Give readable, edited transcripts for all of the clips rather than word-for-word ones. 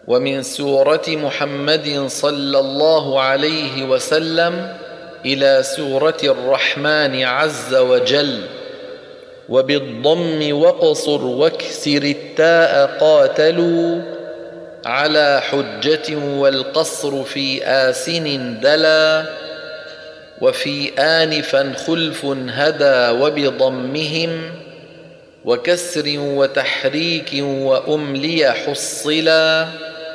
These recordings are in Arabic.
ومن سورة محمد صلى الله عليه وسلم إلى سورة الرحمن عز وجل. وبالضم واقصر واكسر التاء قاتلوا على حجة، والقصر في آسن دلا، وفي آنفا خلف هدى وبضمهم، وكسر وتحريك وأملي حصلا،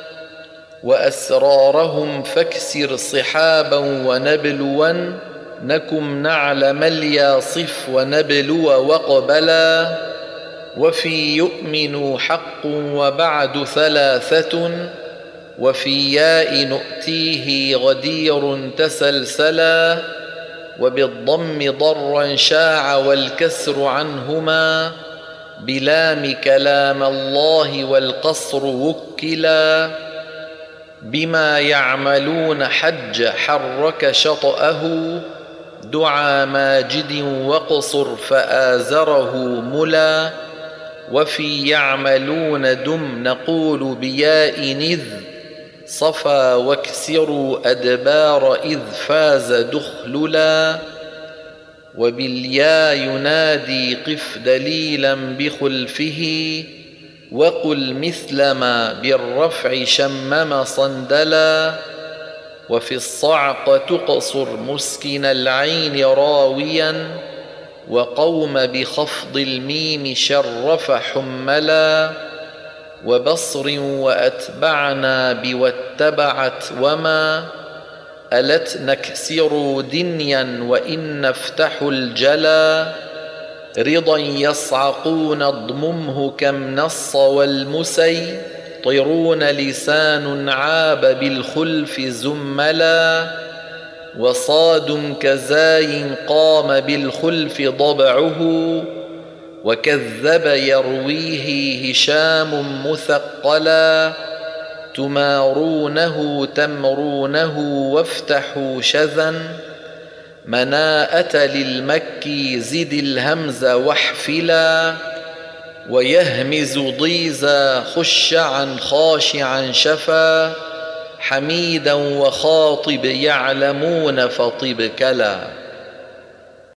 وأسرارهم فاكسر صحابا ونبلوا، نكم نعلم الياصف ونبلو وقبلا، وفي يؤمن حق وبعد ثلاثة، وفي ياء نؤتيه غدير تسلسلا، وبالضم ضرا شاع والكسر عنهما، بلام كلام الله والقصر وكلا، بما يعملون حج حرك شطأه، دعا ماجد وقصر فآزره ملا، وفي يعملون دم نقول بياء إذ صفا، واكسروا أدبار إذ فاز دخللا، وبالياء ينادي قف دليلا بخلفه، وقل مثل ما بالرفع شمم صندلا، وفي الصعق تقصر مسكن العين راويا، وقوم بخفض الميم شرف حملا، وبصر وأتبعنا بواتبعت وما ألت نكسر دنيا وإن افتحوا الجلا، رضا يصعقون اضممه كم نص والمسي، طرون لسان عاب بالخلف زملا، وصاد كزاي قام بالخلف ضبعه، وكذب يرويه هشام مثقلا، تمارونه تمرونه وافتحوا شذا، مناءة للمكي زد الهمز واحفلا، ويهمز ضيزا خشعا خاشعا شفا، حميدا وخاطب يعلمون فطب كلا.